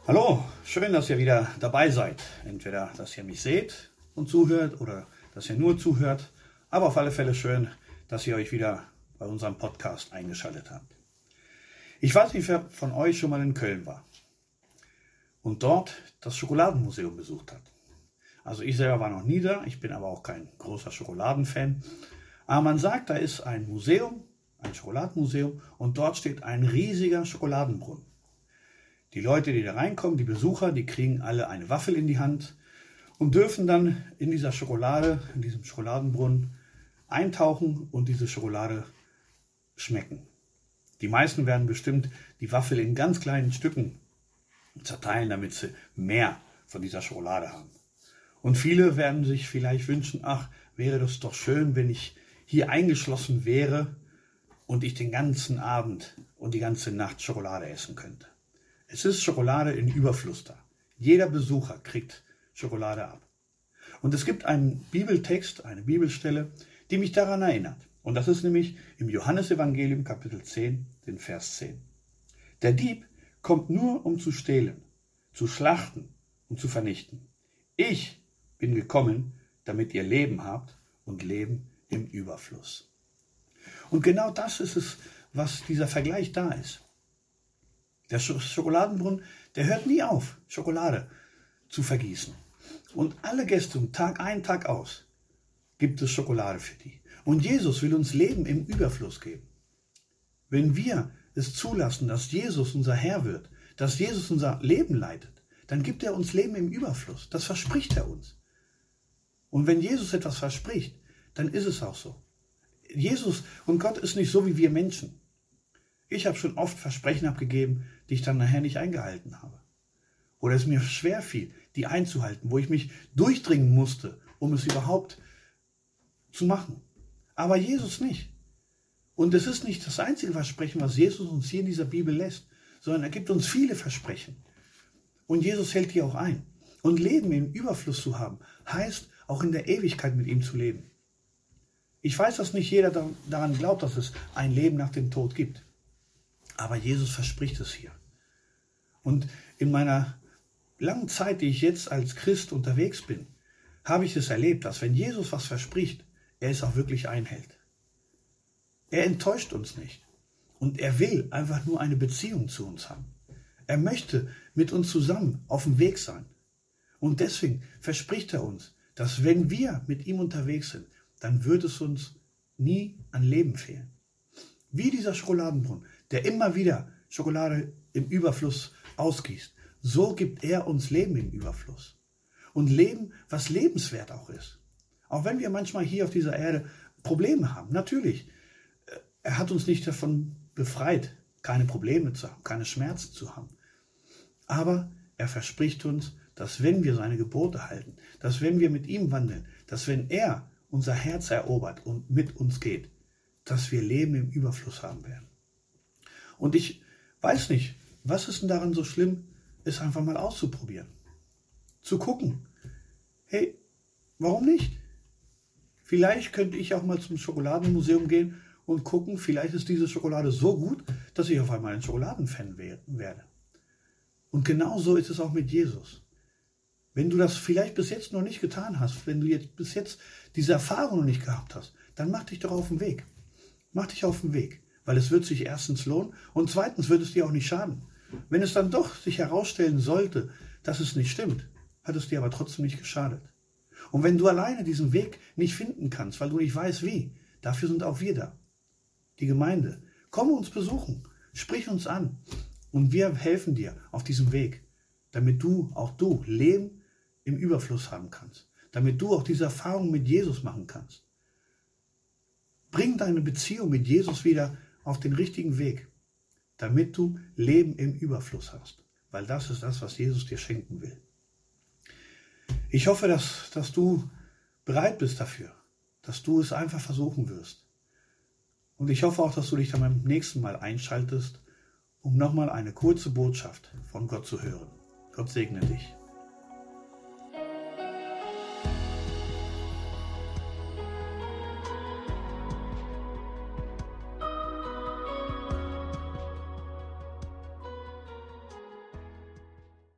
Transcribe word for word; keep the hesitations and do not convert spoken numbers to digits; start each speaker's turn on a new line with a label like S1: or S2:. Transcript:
S1: Hallo, schön, dass ihr wieder dabei seid. Entweder, dass ihr mich seht und zuhört oder dass ihr nur zuhört. Aber auf alle Fälle schön, dass ihr euch wieder bei unserem Podcast eingeschaltet habt. Ich weiß nicht, wer von euch schon mal in Köln war und dort das Schokoladenmuseum besucht hat. Also ich selber war noch nie da, ich bin aber auch kein großer Schokoladenfan. Aber man sagt, da ist ein Museum, ein Schokoladenmuseum und dort steht ein riesiger Schokoladenbrunnen. Die Leute, die da reinkommen, die Besucher, die kriegen alle eine Waffel in die Hand und dürfen dann in dieser Schokolade, in diesem Schokoladenbrunnen eintauchen und diese Schokolade schmecken. Die meisten werden bestimmt die Waffel in ganz kleinen Stücken zerteilen, damit sie mehr von dieser Schokolade haben. Und viele werden sich vielleicht wünschen, ach, wäre das doch schön, wenn ich hier eingeschlossen wäre und ich den ganzen Abend und die ganze Nacht Schokolade essen könnte. Es ist Schokolade in Überfluss da. Jeder Besucher kriegt Schokolade ab. Und es gibt einen Bibeltext, eine Bibelstelle, die mich daran erinnert. Und das ist nämlich im Johannesevangelium Kapitel zehn, den Vers zehn. Der Dieb kommt nur, um zu stehlen, zu schlachten und zu vernichten. Ich bin gekommen, damit ihr Leben habt und Leben im Überfluss. Und genau das ist es, was dieser Vergleich da ist. Der Schokoladenbrunnen, der hört nie auf, Schokolade zu vergießen. Und alle Gäste, Tag ein, Tag aus, gibt es Schokolade für die. Und Jesus will uns Leben im Überfluss geben. Wenn wir es zulassen, dass Jesus unser Herr wird, dass Jesus unser Leben leitet, dann gibt er uns Leben im Überfluss. Das verspricht er uns. Und wenn Jesus etwas verspricht, dann ist es auch so. Jesus und Gott ist nicht so wie wir Menschen. Ich habe schon oft Versprechen abgegeben, die ich dann nachher nicht eingehalten habe. Oder es mir schwer fiel, die einzuhalten, wo ich mich durchdringen musste, um es überhaupt zu machen. Aber Jesus nicht. Und es ist nicht das einzige Versprechen, was Jesus uns hier in dieser Bibel lässt, sondern er gibt uns viele Versprechen. Und Jesus hält die auch ein. Und Leben im Überfluss zu haben, heißt auch in der Ewigkeit mit ihm zu leben. Ich weiß, dass nicht jeder daran glaubt, dass es ein Leben nach dem Tod gibt. Aber Jesus verspricht es hier. Und in meiner langen Zeit, die ich jetzt als Christ unterwegs bin, habe ich es erlebt, dass wenn Jesus was verspricht, er es auch wirklich einhält. Er enttäuscht uns nicht. Und er will einfach nur eine Beziehung zu uns haben. Er möchte mit uns zusammen auf dem Weg sein. Und deswegen verspricht er uns, dass wenn wir mit ihm unterwegs sind, dann wird es uns nie an Leben fehlen. Wie dieser Schokoladenbrunnen, der immer wieder Schokolade im Überfluss ausgießt, so gibt er uns Leben im Überfluss. Und Leben, was lebenswert auch ist. Auch wenn wir manchmal hier auf dieser Erde Probleme haben, natürlich. Er hat uns nicht davon befreit, keine Probleme zu haben, keine Schmerzen zu haben. Aber er verspricht uns, dass wenn wir seine Gebote halten, dass wenn wir mit ihm wandeln, dass wenn er unser Herz erobert und mit uns geht, dass wir Leben im Überfluss haben werden. Und ich weiß nicht, was ist denn daran so schlimm, es einfach mal auszuprobieren. Zu gucken, hey, warum nicht? Vielleicht könnte ich auch mal zum Schokoladenmuseum gehen und gucken, vielleicht ist diese Schokolade so gut, dass ich auf einmal ein Schokoladenfan werde. Und genau so ist es auch mit Jesus. Wenn du das vielleicht bis jetzt noch nicht getan hast, wenn du jetzt bis jetzt diese Erfahrung noch nicht gehabt hast, dann mach dich doch auf den Weg. Mach dich auf den Weg, weil es wird sich erstens lohnen und zweitens wird es dir auch nicht schaden. Wenn es dann doch sich herausstellen sollte, dass es nicht stimmt, hat es dir aber trotzdem nicht geschadet. Und wenn du alleine diesen Weg nicht finden kannst, weil du nicht weißt wie, dafür sind auch wir da. Die Gemeinde. Komm uns besuchen, sprich uns an und wir helfen dir auf diesem Weg, damit du, auch du, Leben im Überfluss haben kannst, damit du auch diese Erfahrung mit Jesus machen kannst. Bring deine Beziehung mit Jesus wieder auf den richtigen Weg, damit du Leben im Überfluss hast, weil das ist das, was Jesus dir schenken will. Ich hoffe, dass, dass du bereit bist dafür, dass du es einfach versuchen wirst. Und ich hoffe auch, dass du dich dann beim nächsten Mal einschaltest, um nochmal eine kurze Botschaft von Gott zu hören. Gott segne dich.